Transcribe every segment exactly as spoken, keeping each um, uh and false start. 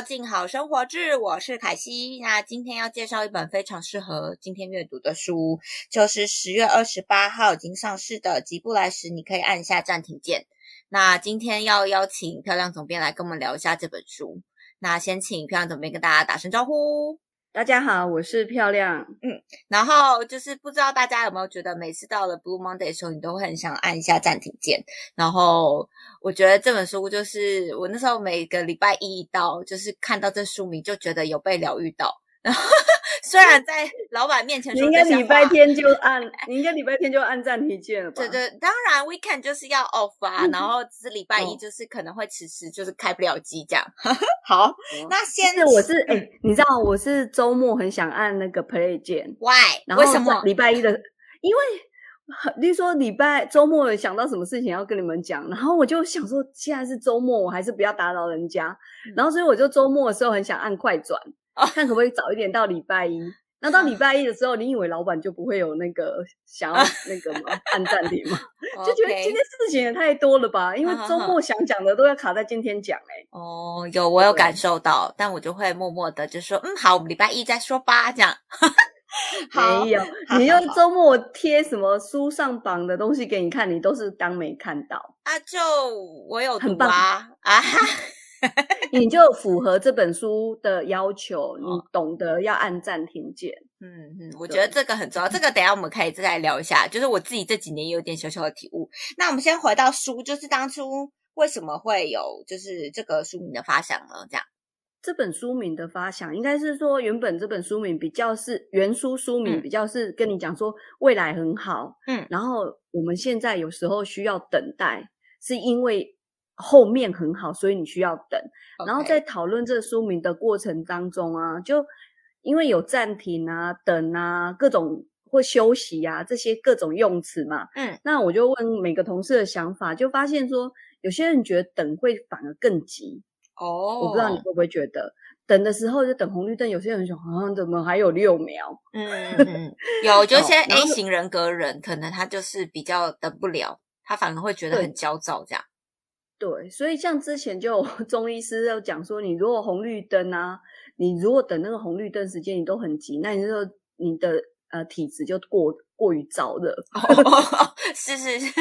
静好生活志，我是凯西。那今天要介绍一本非常适合今天阅读的书，就是十月二十八号已经上市的《急不来时你可以按下暂停键》。那今天要邀请漂亮总编来跟我们聊一下这本书。那先请漂亮总编跟大家打声招呼。 大家好，我是漂亮。 嗯，然后就是不知道大家有没有觉得每次到了 Blue Monday 的时候，你都会很想按一下暂停键。然后我觉得这本书就是我那时候每个礼拜一一到，就是看到这书名就觉得有被疗愈到。然后虽然在老板面前说你应该礼拜天就按，你应该礼拜天就按暂停键了吧？ 对对，当然 weekend 就是要 off 啊，然后只是礼拜一就是可能会迟迟就是开不了机这样。好，那先是我是哎、欸，你知道我是周末很想按那个 play 键 ，why？ 然后为什么？ 礼拜一的，因为例如说礼拜周末想到什么事情要跟你们讲，然后我就想说现在是周末，我还是不要打扰人家，嗯、然后所以我就周末的时候很想按快转。哦、看可不可以早一点到礼拜一，那到礼拜一的时候，你以为老板就不会有那个想要那个吗？按暂停吗？就觉得今天事情也太多了吧？因为周末想讲的都要卡在今天讲哎、欸。 哦，有我有感受到，但我就会默默的就说，嗯，好，我们礼拜一再说吧，这样。 没有，你用周末贴什么书上榜的东西给你看，你都是当没看到啊。就我有读啊啊。 你就符合这本书的要求，你懂得要按暂停键。 嗯嗯，我觉得这个很重要，这个等一下我们可以再来聊一下，就是我自己这几年也有点小小的体悟。那我们先回到书，就是当初为什么会有就是这个书名的发想呢？这样， 这本书名的发想应该是说，原本这本书名比较是原书书名比较是跟你讲说未来很好，嗯，然后我们现在有时候需要等待，是因为后面很好，所以你需要等。Okay. 然后在讨论这个书名的过程当中啊，就因为有暂停啊、等啊、各种或休息啊这些各种用词嘛，嗯，那我就问每个同事的想法，就发现说有些人觉得等会反而更急哦， oh. 我不知道你会不会觉得等的时候就等红绿灯，有些人说好像怎么还有六秒， 嗯嗯，有就一些 A 型人格人，可能他就是比较等不了，他反而会觉得很焦躁这样。 对，所以像之前就有中医师有讲说，你如果红绿灯啊，你如果等那个红绿灯时间你都很急，那你就你的呃体质就过过于燥热。 哦，是是是，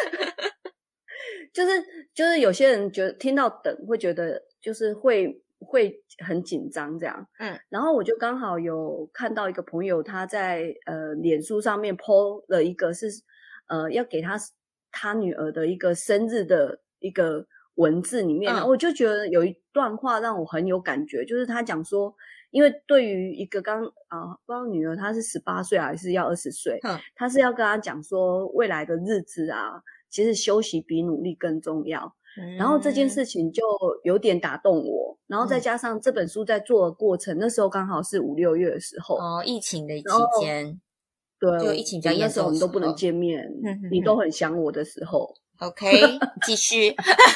就是就是有些人觉得听到等会觉得就是会会很紧张这样。嗯，然后我就刚好有看到一个朋友他在呃脸书上面 po 了一个是呃要给他他女儿的一个生日的一个文字里面，嗯，我就觉得有一段话让我很有感觉，就是他讲说，因为对于一个刚啊，不知道女儿她是十八岁还是要二十岁，嗯，他是要跟他讲说未来的日子啊，其实休息比努力更重要。嗯，然后这件事情就有点打动我，然后再加上这本书在做的过程，嗯，那时候刚好是五六月的时候， 哦，疫情的期间， 对， 就疫情比较严重， 那时候我们都不能见面，嗯，你都很想我的时候。 OK， 继续。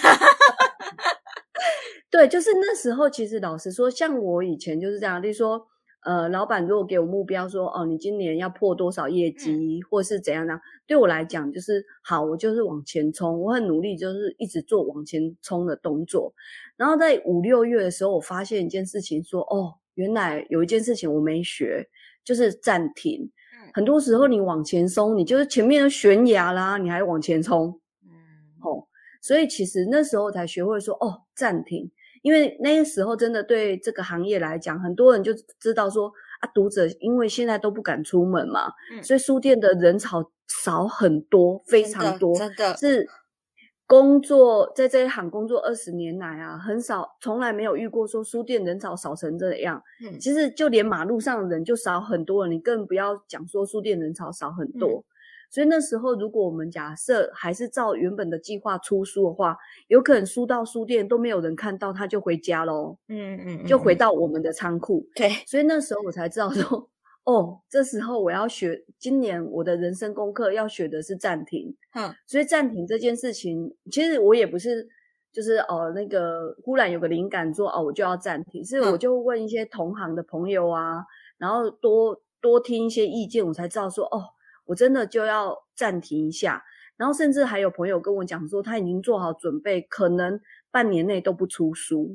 对，就是那时候其实老实说，像我以前就是这样，例如说呃，老板如果给我目标说哦，你今年要破多少业绩，嗯，或是怎样呢？对我来讲就是好，我就是往前冲，我很努力，就是一直做往前冲的动作。然后在五六月的时候，我发现一件事情说，哦，原来有一件事情我没学，就是暂停。嗯，很多时候你往前冲，你就是前面的悬崖啦，你还往前冲。哦，所以其实那时候才学会说哦暂停，因为那时候真的对这个行业来讲，很多人就知道说啊，读者因为现在都不敢出门嘛，嗯，所以书店的人潮少很多，非常多， 真的，真的是工作在这一行工作二十年来啊，很少从来没有遇过说书店人潮少成这样。嗯，其实就连马路上的人就少很多了，你更不要讲说书店人潮少很多。嗯，所以那时候如果我们假设还是照原本的计划出书的话，有可能书到书店都没有人看到，他就回家咯，嗯嗯，就回到我们的仓库。 对， 所以那时候我才知道说哦，这时候我要学，今年我的人生功课要学的是暂停。嗯，所以暂停这件事情其实我也不是就是哦那个忽然有个灵感说哦我就要暂停，是我就问一些同行的朋友啊，然后多多听一些意见，我才知道说哦我真的就要暂停一下，然后甚至还有朋友跟我讲说他已经做好准备，可能半年内都不出书。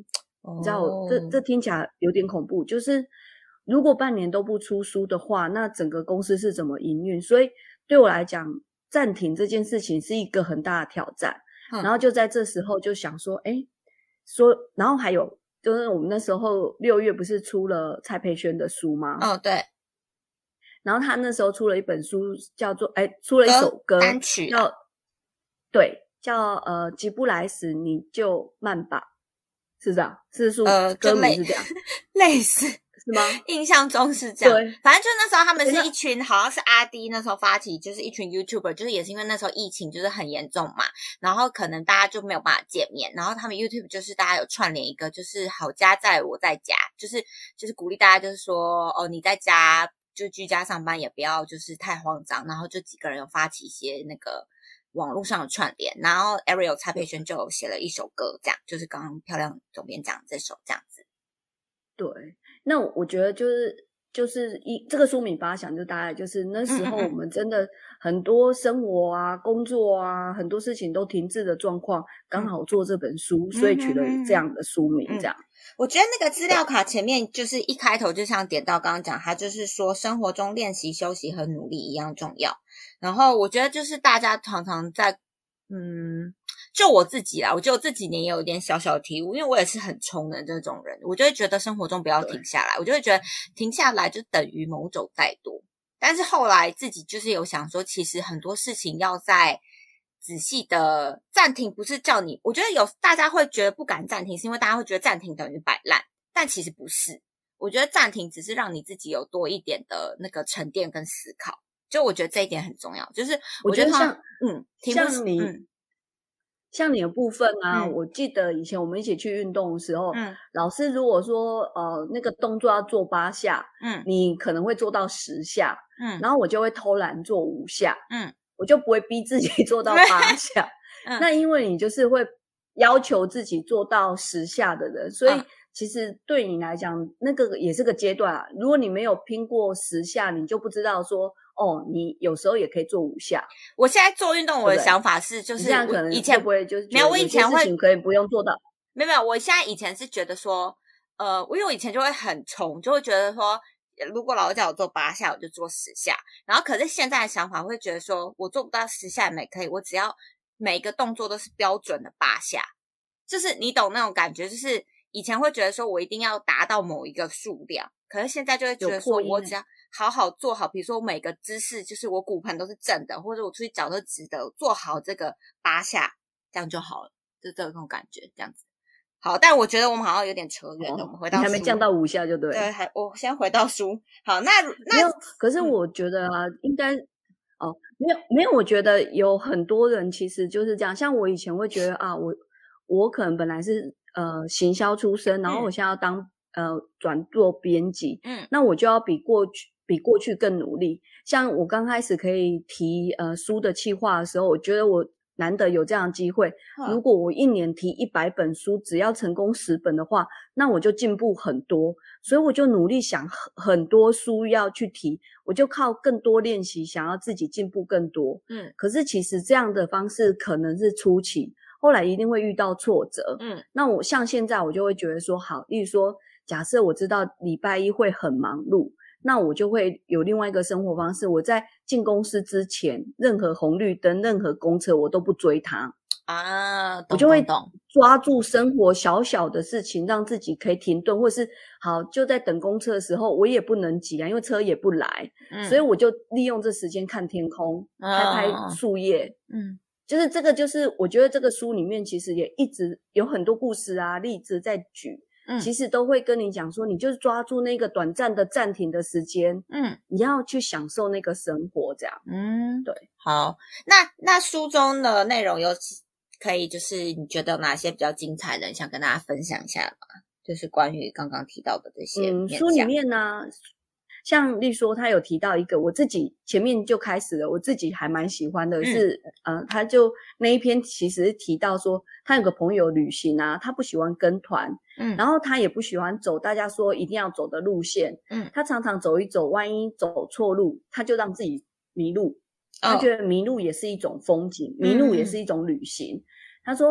你知道我这这听起来有点恐怖，就是如果半年都不出书的话，那整个公司是怎么营运？所以对我来讲，暂停这件事情是一个很大的挑战。嗯、然后就在这时候就想说，哎，说，然后还有就是我们那时候六月不是出了蔡佩轩的书吗？ 哦，对。 然后他那时候出了一本书，叫做哎，出了一首歌单曲、 啊，叫对，叫呃急不来时你就慢吧，是这样，是书、呃、歌名是这样， 类似是吗？ 印象中是这样。对，反正就那时候他们是一群，好像是阿滴那时候发起，就是一群 YouTuber， 就是也是因为那时候疫情就是很严重嘛，然后可能大家就没有办法见面，然后他们 YouTube 就是大家有串联一个，就是好家在我在家，就是就是鼓励大家就是说哦你在家就居家上班也不要就是太慌张，然后就几个人有发起一些那个网络上的串联，然后 Ariel 蔡佩轩就写了一首歌，这样就是刚刚漂亮总编讲这首这样子。 对，那我觉得就是就是一这个书名发想就大概就是那时候我们真的很多生活啊、工作啊，很多事情都停滞的状况，刚好做这本书，所以取了这样的书名这样。 我觉得那个资料卡前面就是一开头就像点到刚刚讲，它就是说生活中练习、休息和努力一样重要。然后我觉得就是大家常常在嗯，就我自己啦，我觉得我这几年也有一点小小的体悟，因为我也是很冲的这种人，我就会觉得生活中不要停下来，我就会觉得停下来就等于某种怠惰。但是后来自己就是有想说，其实很多事情要在仔细的暂停，不是叫你，我觉得有大家会觉得不敢暂停，是因为大家会觉得暂停等于摆烂，但其实不是。我觉得暂停只是让你自己有多一点的那个沉淀跟思考，就我觉得这一点很重要。就是我觉得像嗯， 像你、嗯、像你的部分啊、嗯，我记得以前我们一起去运动的时候，嗯，老师如果说呃那个动作要做八下，嗯，你可能会做到十下，嗯，然后我就会偷懒做五下，嗯。我就不会逼自己做到八下、嗯、那因为你就是会要求自己做到十下的人，所以其实对你来讲那个也是个阶段啊。如果你没有拼过十下，你就不知道说哦你有时候也可以做五下。 我现在做运动我的想法是就是这样可能以前不会就是没有，我以前会可以不用做到， 没有没有，我现在以前是觉得说呃因为我以前就会很冲，就会觉得说如果老师叫我做八下我就做十下，然后可是现在的想法会觉得说我做不到十下也没可以，我只要每一个动作都是标准的八下，就是你懂那种感觉，就是以前会觉得说我一定要达到某一个数量，可是现在就会觉得说我只要好好做好，比如说每个姿势就是我骨盆都是正的，或者我出去脚都直的，做好这个八下这样就好了，就这种感觉这样子。好，但我觉得我们好像有点扯远了、哦、我们回到书， 你还没降到五下就对了。 对，还我先回到书。好，那那没有，可是我觉得啊，嗯、应该哦，没有没有，我觉得有很多人其实就是这样。像我以前会觉得啊，我我可能本来是呃行销出身，然后我现在要当、嗯、呃转做编辑，嗯，那我就要比过去比过去更努力。像我刚开始可以提呃书的企划的时候，我觉得我难得有这样的机会，如果我一年提一百本书，只要成功十本的话，那我就进步很多，所以我就努力想很多书要去提，我就靠更多练习想要自己进步更多。嗯，可是其实这样的方式可能是初期，后来一定会遇到挫折。嗯，那我像现在我就会觉得说好，例如说假设我知道礼拜一会很忙碌，那我就会有另外一个生活方式，我在进公司之前，任何红绿灯、任何公车我都不追它啊， 我就会抓住生活小小的事情，让自己可以停顿，或是好就在等公车的时候，我也不能急啊，因为车也不来，嗯、所以我就利用这时间看天空，拍拍树叶，嗯，就是这个，就是我觉得这个书里面其实也一直有很多故事啊、例子在举。嗯，其实都会跟你讲说，你就是抓住那个短暂的暂停的时间，嗯，你要去享受那个生活，这样，嗯，对， 好，那那书中的内容有可以就是你觉得有哪些比较精彩的，你想跟大家分享一下吗？就是关于刚刚提到的这些面向， 嗯，书里面呢，像例如说他有提到一个，我自己前面就开始了，我自己还蛮喜欢的是，嗯、呃，他就那一篇其实提到说，他有个朋友旅行啊，他不喜欢跟团，嗯，然后他也不喜欢走大家说一定要走的路线，嗯，他常常走一走，万一走错路，他就让自己迷路，他觉得迷路也是一种风景，迷路也是一种旅行。他说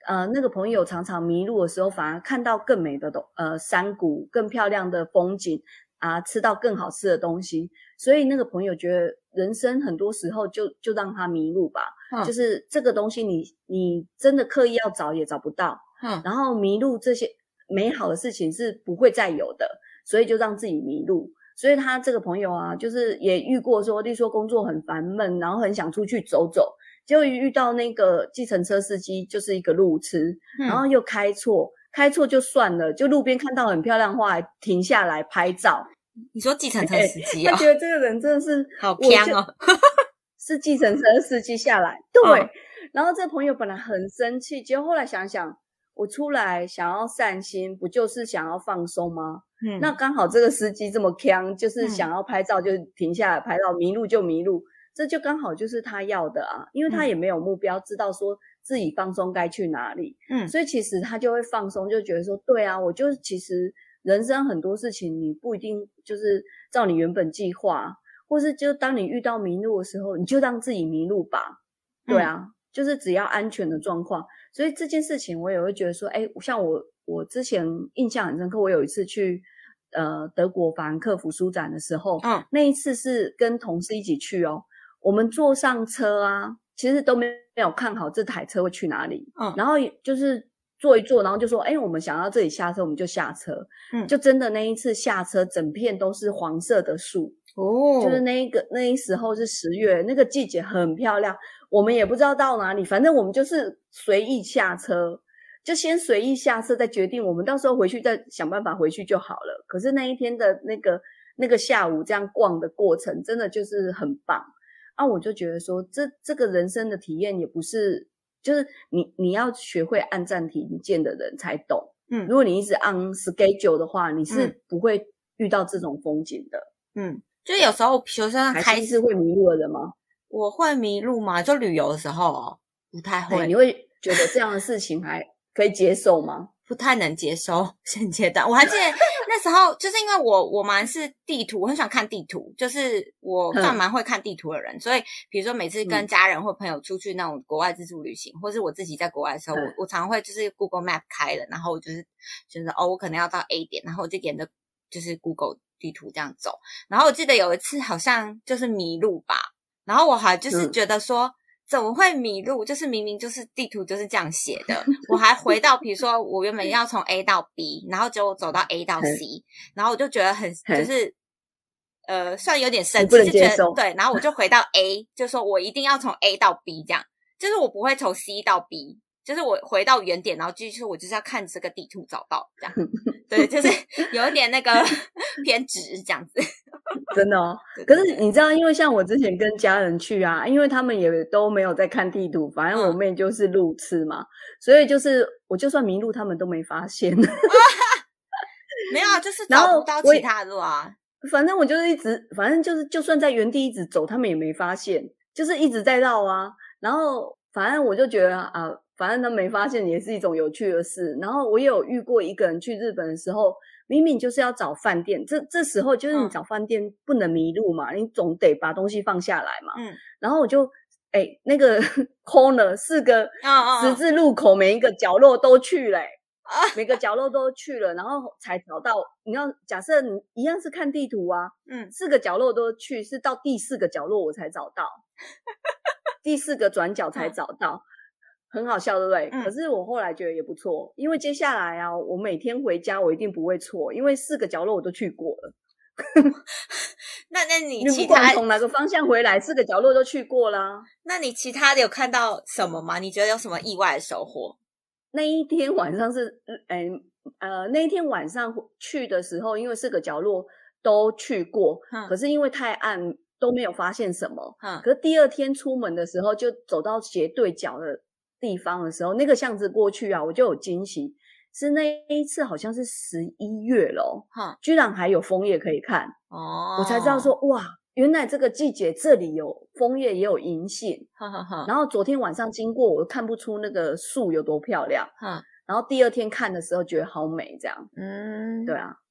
呃那个朋友常常迷路的时候，反而看到更美的东呃山谷、更漂亮的风景啊，吃到更好吃的东西。所以那个朋友觉得人生很多时候就就让他迷路吧， 嗯就是这个东西你你真的刻意要找也找不到， 嗯然后迷路这些美好的事情是不会再有的，所以就让自己迷路。所以他这个朋友啊，就是也遇过说，例如说工作很烦闷，然后很想出去走走，结果遇到那个计程车司机就是一个路痴， 嗯然后又开错，开错就算了，就路边看到很漂亮的花还停下来拍照。 你说计程车司机哦， 他觉得这个人真的是好强哦， 是计程车司机下来，对。 哦然后这朋友本来很生气，结果后来想想，我出来想要散心，不就是想要放松吗？ 嗯， 那刚好这个司机这么强，就是嗯想要拍照就停下来拍照，迷路就迷路，这就刚好就是他要的啊，因为他嗯也没有目标，知道说自己放松该去哪里， 嗯所以其实他就会放松，就觉得说，对啊，我就其实人生很多事情你不一定就是照你原本计划，或是就当你遇到迷路的时候，你就让自己迷路吧，对啊， 嗯就是只要安全的状况。所以这件事情我也会觉得说，哎，像我我之前印象很深刻，我有一次去呃德国法兰克福书展的时候， 嗯那一次是跟同事一起去哦，我们坐上车啊，其实都没有看好这台车会去哪里， 嗯然后就是坐一坐，然后就说，哎，我们想要这里下车，我们就下车， 嗯就真的那一次下车，整片都是黄色的树。 哦， 就是那一个那一时候是十月，那个季节很漂亮，我们也不知道到哪里，反正我们就是随意下车，就先随意下车，再决定我们到时候回去再想办法回去就好了。可是那一天的那个那个下午这样逛的过程，真的就是很棒啊！我就觉得说，这这个人生的体验也不是，就是你你要学会按暂停键的人才懂。 嗯如果你一直 on schedule 的话，你嗯是不会遇到这种风景的。 嗯，就有时候比如说还开是是会迷路的人吗？ 我会迷路吗？就旅游的时候哦，不太对， 会， 你会觉得这样的事情还可以接受吗？ 不太能接受现阶段。我还记得那时候，就是因为我我蛮是地图，我很喜欢看地图，就是我算蛮会看地图的人，所以比如说每次跟家人或朋友出去那种国外自助旅行，或是我自己在国外的时候，我我常会就是 Google Map 开了，然后我就是就是哦，我可能要到 A 点，然后我就沿着就是 Google 地图这样走。然后我记得有一次好像就是迷路吧，然后我还就是觉得说。嗯怎么会迷路？就是明明就是地图就是这样写的，我还回到，比如说我原本要从 A 到 B， 然后结果走到 A 到 C， 然后我就觉得很就是呃，算有点生气，就觉得对，然后我就回到 A， 就说我一定要从 A 到 B 这样，就是我不会从 C 到 B， 就是我回到原点，然后继续我就是要看这个地图找到这样，对，就是有一点那个偏执这样子。 真的哦，可是你知道，因为像我之前跟家人去啊，因为他们也都没有在看地图，反正我妹就是路痴嘛，嗯、所以就是我就算迷路，他们都没发现。 没有啊，就是找不到其他路啊。 反正我就是一直，反正就是就算在原地一直走，他们也没发现，就是一直在绕啊。然后反正我就觉得啊，反正他没发现也是一种有趣的事。然后我也有遇过一个人去日本的时候。明明就是要找饭店，这这时候就是你找饭店不能迷路嘛，嗯、你总得把东西放下来嘛。嗯，然后我就哎那个 corner 四个十字路口，每一个角落都去了、欸，哦、每个角落都去了，然后才找到。你要假设你一样是看地图啊，嗯，四个角落都去，是到第四个角落我才找到，第四个转角才找到。嗯很好笑，对不对？嗯、可是我后来觉得也不错，因为接下来啊，我每天回家我一定不会错，因为四个角落我都去过了。 那那你其他你不管从哪个方向回来，四个角落都去过啦。 那你其他的有看到什么吗？你觉得有什么意外的收获？ 那一天晚上是，呃呃，那一天晚上去的时候，因为四个角落都去过，嗯、可是因为太暗都没有发现什么。嗯、可是第二天出门的时候，就走到斜对角的地方的时候，那个巷子过去啊，我就有惊喜，是那一次好像是十一月了、哦，居然还有枫叶可以看哦，我才知道说哇，原来这个季节这里有枫叶也有银杏，然后昨天晚上经过，我看不出那个树有多漂亮，然后第二天看的时候觉得好美，这样，嗯，对啊，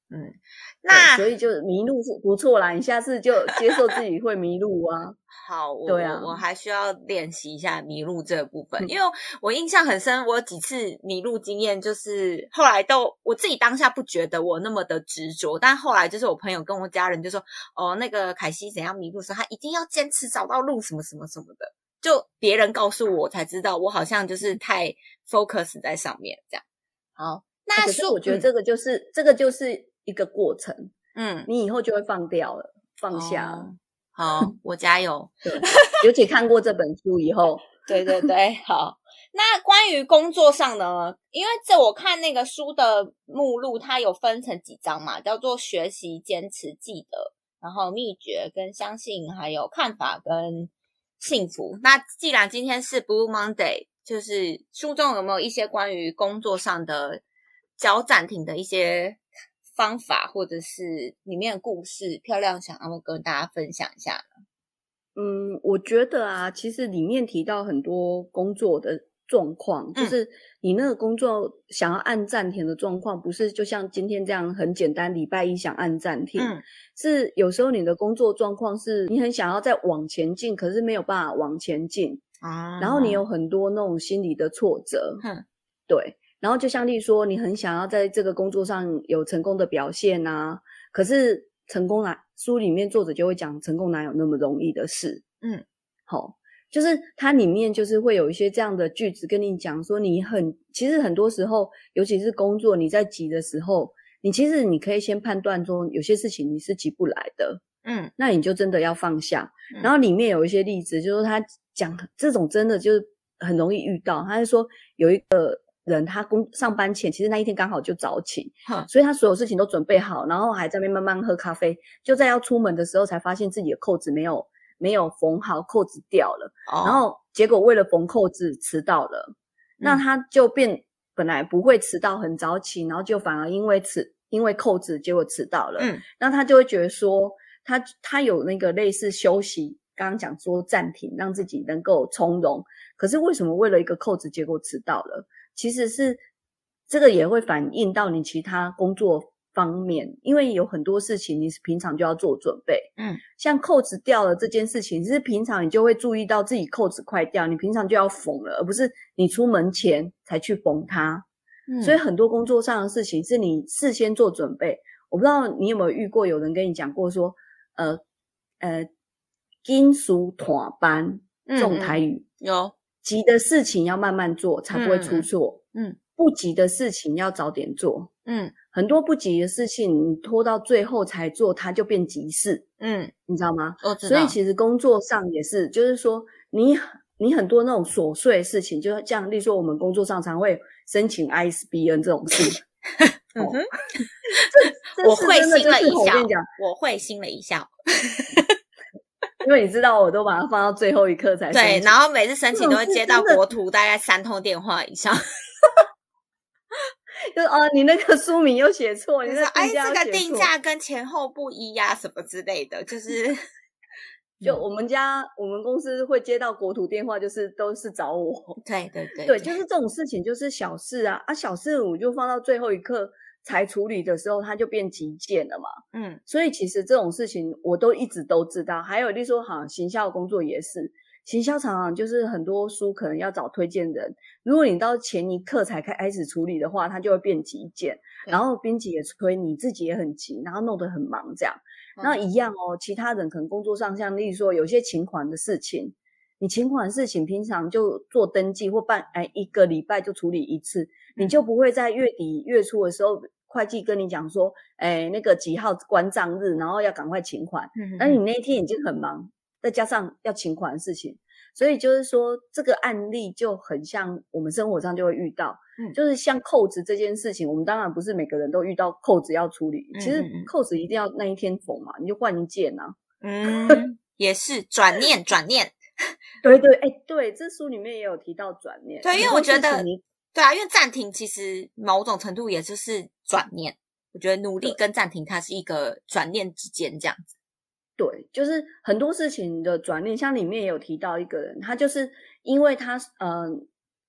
嗯，那所以就迷路是不错啦，你下次就接受自己会迷路啊。 好，我对啊， 我我还需要练习一下迷路这个部分， 嗯、 因为我印象很深，我有几次迷路经验，就是后来都我自己当下不觉得我那么的执着，但后来就是我朋友跟我家人就说，哦，那个凯西怎样迷路的时候，他一定要坚持找到路什么什么什么的，就别人告诉我才知道，我好像就是太 focus 在上面这样。好，那可是我觉得这个就是、嗯、这个就是一个过程，嗯，你以后就会放掉了，放下了。 哦好，我加油。 对，尤其看过这本书以后， 对对对，好。那关于工作上呢？因为这我看那个书的目录，它有分成几章嘛，叫做学习、坚持、记得，然后秘诀跟相信，还有看法跟幸福。那既然今天是 Blue Monday， 就是书中有没有一些关于工作上的教暂停的一些方法，或者是里面的故事，漂亮想要跟大家分享一下呢？ 嗯，我觉得啊，其实里面提到很多工作的状况，就是你那个工作想要按暂停的状况，不是就像今天这样很简单，礼拜一想按暂停，嗯，是有时候你的工作状况是你很想要再往前进，可是没有办法往前进，啊，然后你有很多那种心理的挫折，嗯，对。然后就像例如说，你很想要在这个工作上有成功的表现啊，可是成功哪，书里面作者就会讲，成功哪有那么容易的事？嗯，好，就是它里面就是会有一些这样的句子跟你讲说，你很其实很多时候，尤其是工作你在急的时候，你其实你可以先判断说，有些事情你是急不来的，嗯，那你就真的要放下。嗯，然后里面有一些例子，就是他讲这种真的就是很容易遇到，他是说有一个人他工上班前其实那一天刚好就早起，所以他所有事情都准备好，然后还在那边慢慢喝咖啡，就在要出门的时候才发现自己的扣子没有没有缝好，扣子掉了，哦，然后结果为了缝扣子迟到了，嗯，那他就变本来不会迟到很早起，然后就反而因为迟因为扣子结果迟到了，嗯，那他就会觉得说他他有那个类似休息，刚刚讲说暂停让自己能够从容，可是为什么为了一个扣子结果迟到了？其实是这个也会反映到你其他工作方面，因为有很多事情你是平常就要做准备，嗯，像扣子掉了这件事情，是平常你就会注意到自己扣子快掉，你平常就要缝了，而不是你出门前才去缝它，嗯，所以很多工作上的事情是你事先做准备。我不知道你有没有遇过有人跟你讲过说，呃呃，紧事拖班这种台语， 嗯嗯，有。 急的事情要慢慢做才不会出错，嗯，嗯，不急的事情要早点做，嗯，很多不急的事情你拖到最后才做，它就变急事，嗯，你知道吗？ 我知道。 所以其实工作上也是，就是说你你很多那种琐碎的事情，就像例如说我们工作上常会申请 I S B N 这种事， 嗯哼， 哦，这我会心了一笑， 我跟你讲， 我会心了一笑。 因为你知道我都把它放到最后一刻才申请， 对，然后每次申请都会接到国图大概三通电话以上。 就是啊，你那个书名又写错，你那哎，这个定价跟前后不一呀，啊，什么之类的，就是就我们家我们公司会接到国图电话，就是都是找我。 对对对， 对，就是这种事情就是小事啊，啊，小事我就放到最后一刻才处理的时候，它就变急件了嘛。嗯，所以其实这种事情我都一直都知道。还有例如说，好像行销工作也是，行销常常就是很多书可能要找推荐人，如果你到前一刻才开始处理的话，它就会变急件，然后编辑也催，你自己也很急，然后弄得很忙这样。那一样哦，其他人可能工作上，像例如说有些请款的事情，你请款的事情平常就做登记或半哎一个礼拜就处理一次，你就不会在月底月初的时候会计跟你讲说，哎那个几号关账日，然后要赶快请款，那你那一天已经很忙，再加上要请款的事情，所以就是说这个案例就很像我们生活上就会遇到，嗯，就是像扣子这件事情，我们当然不是每个人都遇到扣子要处理，其实扣子一定要那一天缝嘛，你就换一件啊。 嗯，也是转念转念。 对对，哎，对，这书里面也有提到转念。 对，因为我觉得，对啊，因为暂停其实某种程度也就是转念。我觉得努力跟暂停它是一个转念之间这样子。 对，就是很多事情的转念，像里面也有提到一个人，他就是因为他呃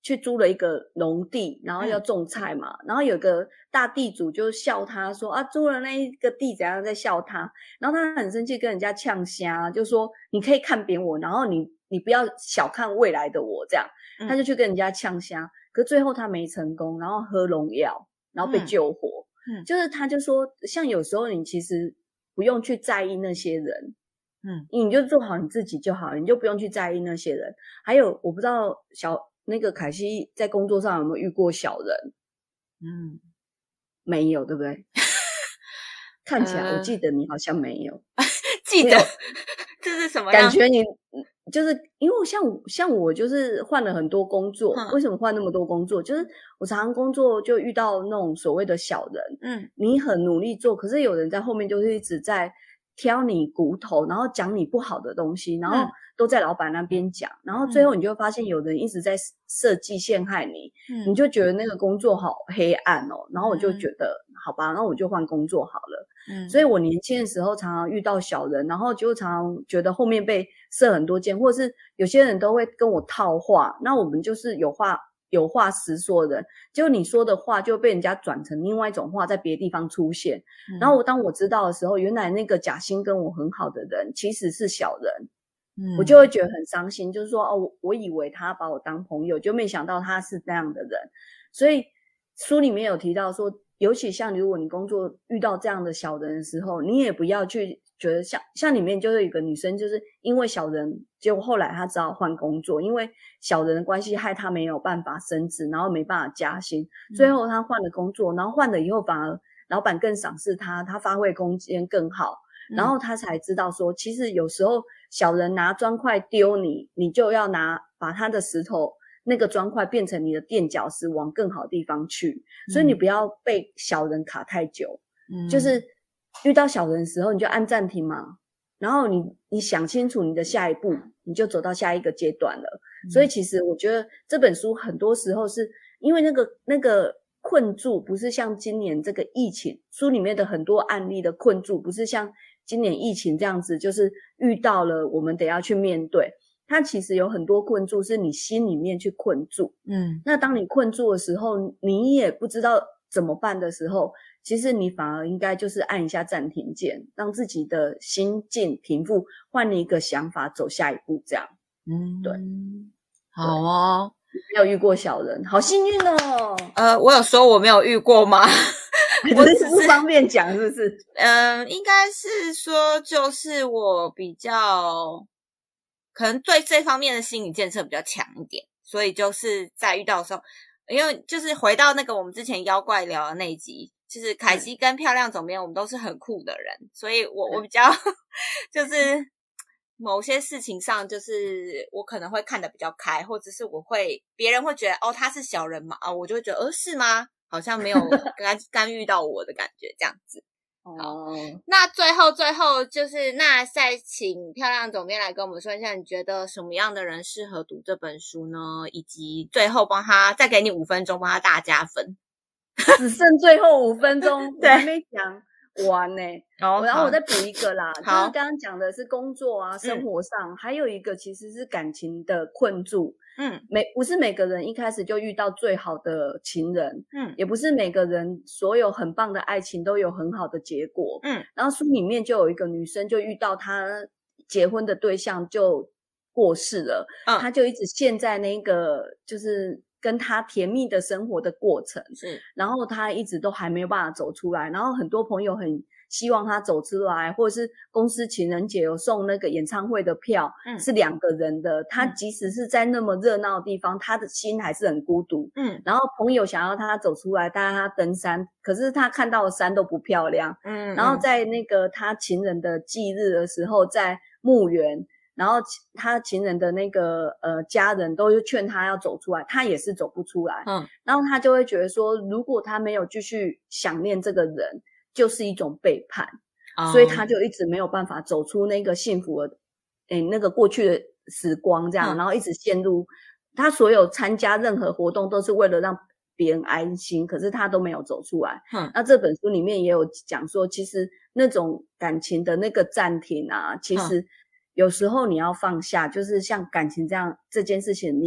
去租了一个农地，然后要种菜嘛，嗯、然后有个大地主就笑他说啊，租了那一个地怎样在笑他，然后他很生气跟人家呛瞎，就说你可以看扁我，然后你你不要小看未来的我这样，嗯、他就去跟人家呛瞎，可最后他没成功，然后喝农药，然后被救活，嗯嗯、就是他就说像有时候你其实不用去在意那些人。嗯，你就做好你自己就好，你就不用去在意那些人。还有，我不知道小那个凯西在工作上有没有遇过小人？嗯，没有，对不对？看起来、呃、我记得你好像没有， 记得这是什么样？ 感觉你就是因为像像我就是换了很多工作，嗯、为什么换那么多工作？就是我常常工作就遇到那种所谓的小人，嗯，你很努力做，可是有人在后面就是一直在挑你骨头，然后讲你不好的东西，然后都在老板那边讲，嗯、然后最后你就会发现有人一直在设计陷害你，嗯、你就觉得那个工作好黑暗哦，然后我就觉得、嗯、好吧，那我就换工作好了。嗯，所以我年轻的时候常常遇到小人，然后就常常觉得后面被设很多箭，或者是有些人都会跟我套话，那我们就是有话有话实说的，结果你说的话就被人家转成另外一种话在别的地方出现，嗯、然后我当我知道的时候，原来那个假心跟我很好的人其实是小人，嗯、我就会觉得很伤心，就是说哦，我我以为他把我当朋友，就没想到他是那样的人。所以书里面有提到说，尤其像如果你工作遇到这样的小人的时候，你也不要去觉得像像里面就是有个女生，就是因为小人，结果后来她只好换工作，因为小人的关系害她没有办法升职，然后没办法加薪，最后她换了工作，然后换了以后反而老板更赏识她，她发挥空间更好，然后她才知道说，其实有时候小人拿砖块丢你，你就要拿把他的石头那个砖块变成你的垫脚石，往更好的地方去，嗯、所以你不要被小人卡太久，嗯、就是遇到小人的时候你就按暂停嘛，然后你你想清楚你的下一步，你就走到下一个阶段了。嗯、所以其实我觉得这本书很多时候是因为那个那个困住不是像今年这个疫情，书里面的很多案例的困住不是像今年疫情这样子，就是遇到了我们得要去面对，它其实有很多困住是你心里面去困住，嗯，那当你困住的时候，你也不知道怎么办的时候，其实你反而应该就是按一下暂停键，让自己的心境平复，换一个想法走下一步这样。嗯，对， 好哦。 没有遇过小人，好幸运哦。 呃，我有说我没有遇过吗？ 我只是不方便讲，是不是？ 嗯、呃，应该是说，就是我比较可能对这方面的心理建设比较强一点，所以就是在遇到的时候，因为就是回到那个我们之前妖怪聊的那一集，就是凯西跟漂亮总编，我们都是很酷的人，所以我我比较就是某些事情上，就是我可能会看得比较开，或者是我会别人会觉得哦他是小人嘛，啊我就会觉得呃是吗？好像没有干干预到我的感觉这样子。好，那最后最后就是那再请漂亮总编来跟我们说一下，你觉得什么样的人适合读这本书呢？以及最后帮他再给你五分钟帮他大加分。 只剩最后五分钟，我还没讲完呢、欸哦、然后我再补一个啦，就是刚刚讲的是工作啊生活上、嗯、还有一个其实是感情的困住。嗯，每不是每个人一开始就遇到最好的情人，嗯，也不是每个人所有很棒的爱情都有很好的结果，嗯，然后书里面就有一个女生就遇到她结婚的对象就过世了，嗯，她就一直陷在那个就是跟她甜蜜的生活的过程，是，然后她一直都还没有办法走出来，然后很多朋友很希望他走出来，或者是公司情人节有送那个演唱会的票、嗯、是两个人的，他即使是在那么热闹的地方、嗯、他的心还是很孤独，嗯，然后朋友想要他走出来带他登山，可是他看到的山都不漂亮，嗯，然后在那个他情人的忌日的时候在墓园，然后他情人的那个呃家人都劝他要走出来，他也是走不出来，嗯，然后他就会觉得说如果他没有继续想念这个人就是一种背叛、oh. 所以他就一直没有办法走出那个幸福的诶那个过去的时光这样、嗯、然后一直陷入他所有参加任何活动都是为了让别人安心，可是他都没有走出来、嗯、那这本书里面也有讲说其实那种感情的那个暂停啊，其实有时候你要放下，就是像感情这样这件事情你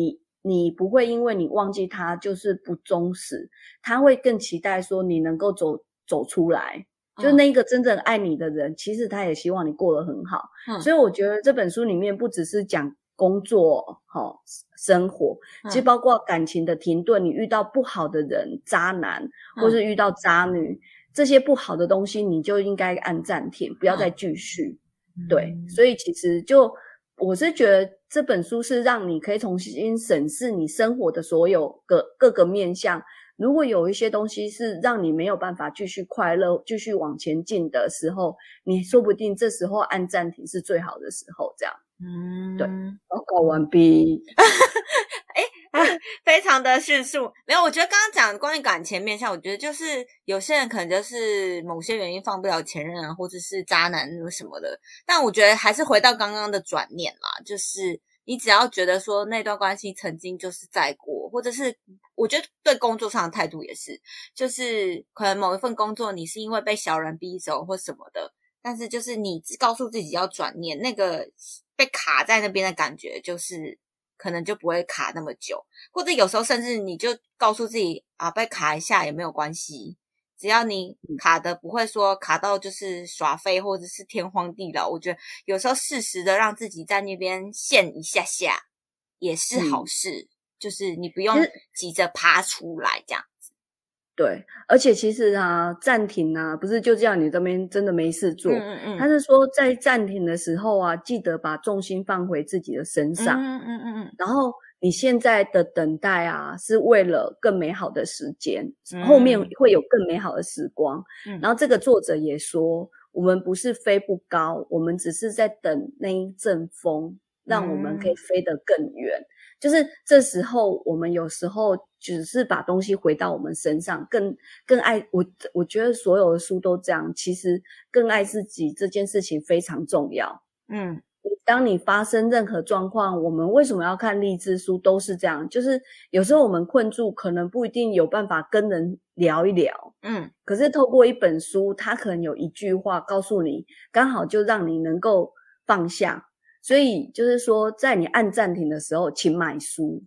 你不会因为你忘记他就是不忠实，他会更期待说你能够走走出来。就那个真正爱你的人，嗯、其实他也希望你过得很好。嗯、所以我觉得这本书里面不只是讲工作、哦、生活， 嗯、 其实包括感情的停顿，你遇到不好的人、渣男，或是遇到渣女，嗯、这些不好的东西，你就应该按暂停，不要再继续。嗯、对，所以其实就我是觉得这本书是让你可以重新审视你生活的所有个各个面向。如果有一些东西是让你没有办法继续快乐继续往前进的时候，你说不定这时候按暂停是最好的时候。这样，嗯，对，报告完毕。 哎、啊，非常的迅速。没有，我觉得刚刚讲的关于感情面向，我觉得就是有些人可能就是某些原因放不了前任啊，或者是渣男什么的。但我觉得还是回到刚刚的转念啦，就是你只要觉得说那段关系曾经就是在过，或者是我觉得对工作上的态度也是，就是可能某一份工作你是因为被小人逼走或什么的，但是就是你告诉自己要转念，那个被卡在那边的感觉就是可能就不会卡那么久，或者有时候甚至你就告诉自己啊，被卡一下也没有关系，只要你卡的不会说卡到就是耍废或者是天荒地老，我觉得有时候适时的让自己在那边陷一下下也是好事，嗯、就是你不用急着爬出来这样子。 对，而且其实啊，暂停啊，不是就这样你这边真的没事做，嗯嗯嗯， 他是说在暂停的时候啊，记得把重心放回自己的身上， 嗯嗯嗯嗯， 然后你现在的等待啊，是为了更美好的时间，嗯、后面会有更美好的时光。嗯、然后这个作者也说，我们不是飞不高，我们只是在等那一阵风，让我们可以飞得更远。嗯、就是这时候，我们有时候只是把东西回到我们身上，更更爱我。我觉得所有的书都这样，其实更爱自己这件事情非常重要。嗯。当你发生任何状况，我们为什么要看励志书都是这样，就是有时候我们困住，可能不一定有办法跟人聊一聊，嗯，可是透过一本书，它可能有一句话告诉你，刚好就让你能够放下。所以就是说，在你按暂停的时候，请买书。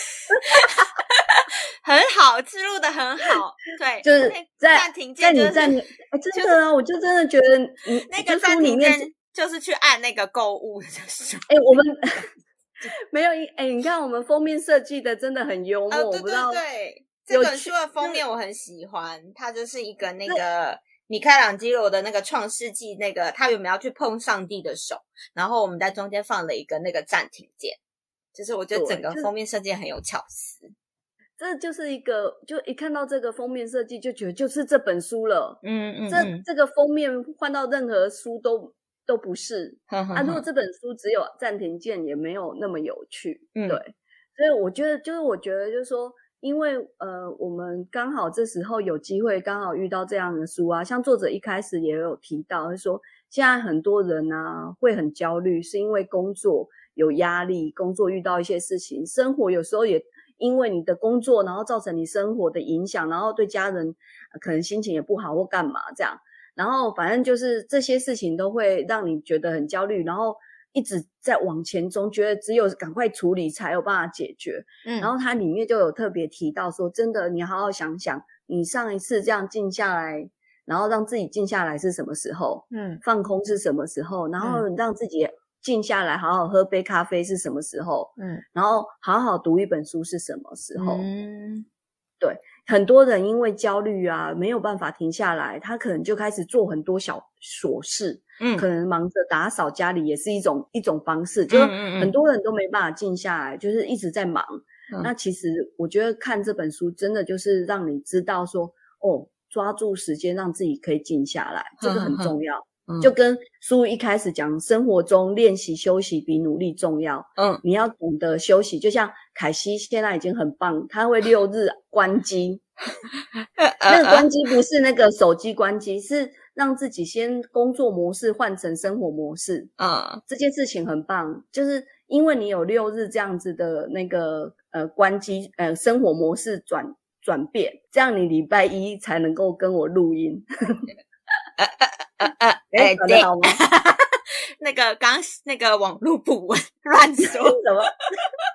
很好，植入的很好，对， 就是在暂停键、就是， 在你暂停，哎，真的啊，就是、我就真的觉得你那个暂停键就是去按那个购物的书。 哎，我们没有哎，你看我们封面设计的真的很幽默， 哦、对对对， 我不知道这本书的封面我很喜欢，它就是一个那个米开朗基罗的那个创世纪，那个他有没有去碰上帝的手，然后我们在中间放了一个那个暂停键，就是我觉得整个封面设计很有巧思。 这就是一个，就一看到这个封面设计就觉得就是这本书了。嗯嗯，这这个封面换到任何书都都不是。呵呵呵啊，如果这本书只有暂停键，也没有那么有趣。嗯，对，所以我觉得就是我觉得就是说，因为呃，我们刚好这时候有机会，刚好遇到这样的书啊，像作者一开始也有提到，就是说现在很多人啊会很焦虑，是因为工作有压力，工作遇到一些事情，生活有时候也。因为你的工作，然后造成你生活的影响，然后对家人可能心情也不好或干嘛这样，然后反正就是这些事情都会让你觉得很焦虑，然后一直在往前中，觉得只有赶快处理才有办法解决。嗯，然后它里面就有特别提到说，真的你好好想想，你上一次这样静下来，然后让自己静下来是什么时候？嗯，放空是什么时候？然后让自己静下来好好喝杯咖啡是什么时候？嗯，然后好好读一本书是什么时候？嗯，对，很多人因为焦虑啊没有办法停下来，他可能就开始做很多小琐事，嗯，可能忙着打扫家里也是一种一种方式，就是很多人都没办法静下来，就是一直在忙。嗯，那其实我觉得看这本书真的就是让你知道说，哦，抓住时间让自己可以静下来，这个很重要。就跟书一开始讲，生活中练习休息比努力重要。嗯，你要懂得休息，就像凯西现在已经很棒，他会六日关机。那个关机不是那个手机关机，是让自己先工作模式换成生活模式。嗯，这件事情很棒，就是因为你有六日这样子的那个呃关机呃生活模式转转变，这样你礼拜一才能够跟我录音。 呃呃呃呃，哎，对，好吗？那个刚那个网络不稳，乱说什么？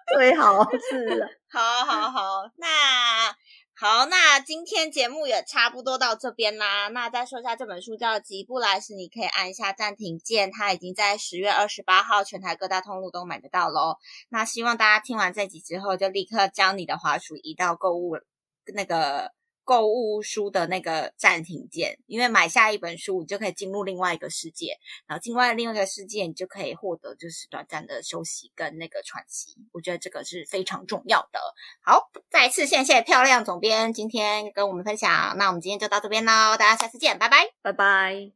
最好是啊。 好好好，那好，那今天节目也差不多到这边啦。那再说一下这本书叫《急不来时》，你可以按一下暂停键，它已经在十月二十八号全台各大通路都买得到咯。那希望大家听完这集之后，就立刻将你的滑鼠移到购物那个购物书的那个暂停键，因为买下一本书，你就可以进入另外一个世界，然后进入另外一个世界，你就可以获得就是短暂的休息跟那个喘息。我觉得这个是非常重要的。好，再一次谢谢漂亮总编今天跟我们分享，那我们今天就到这边咯，大家下次见，拜拜， 拜拜。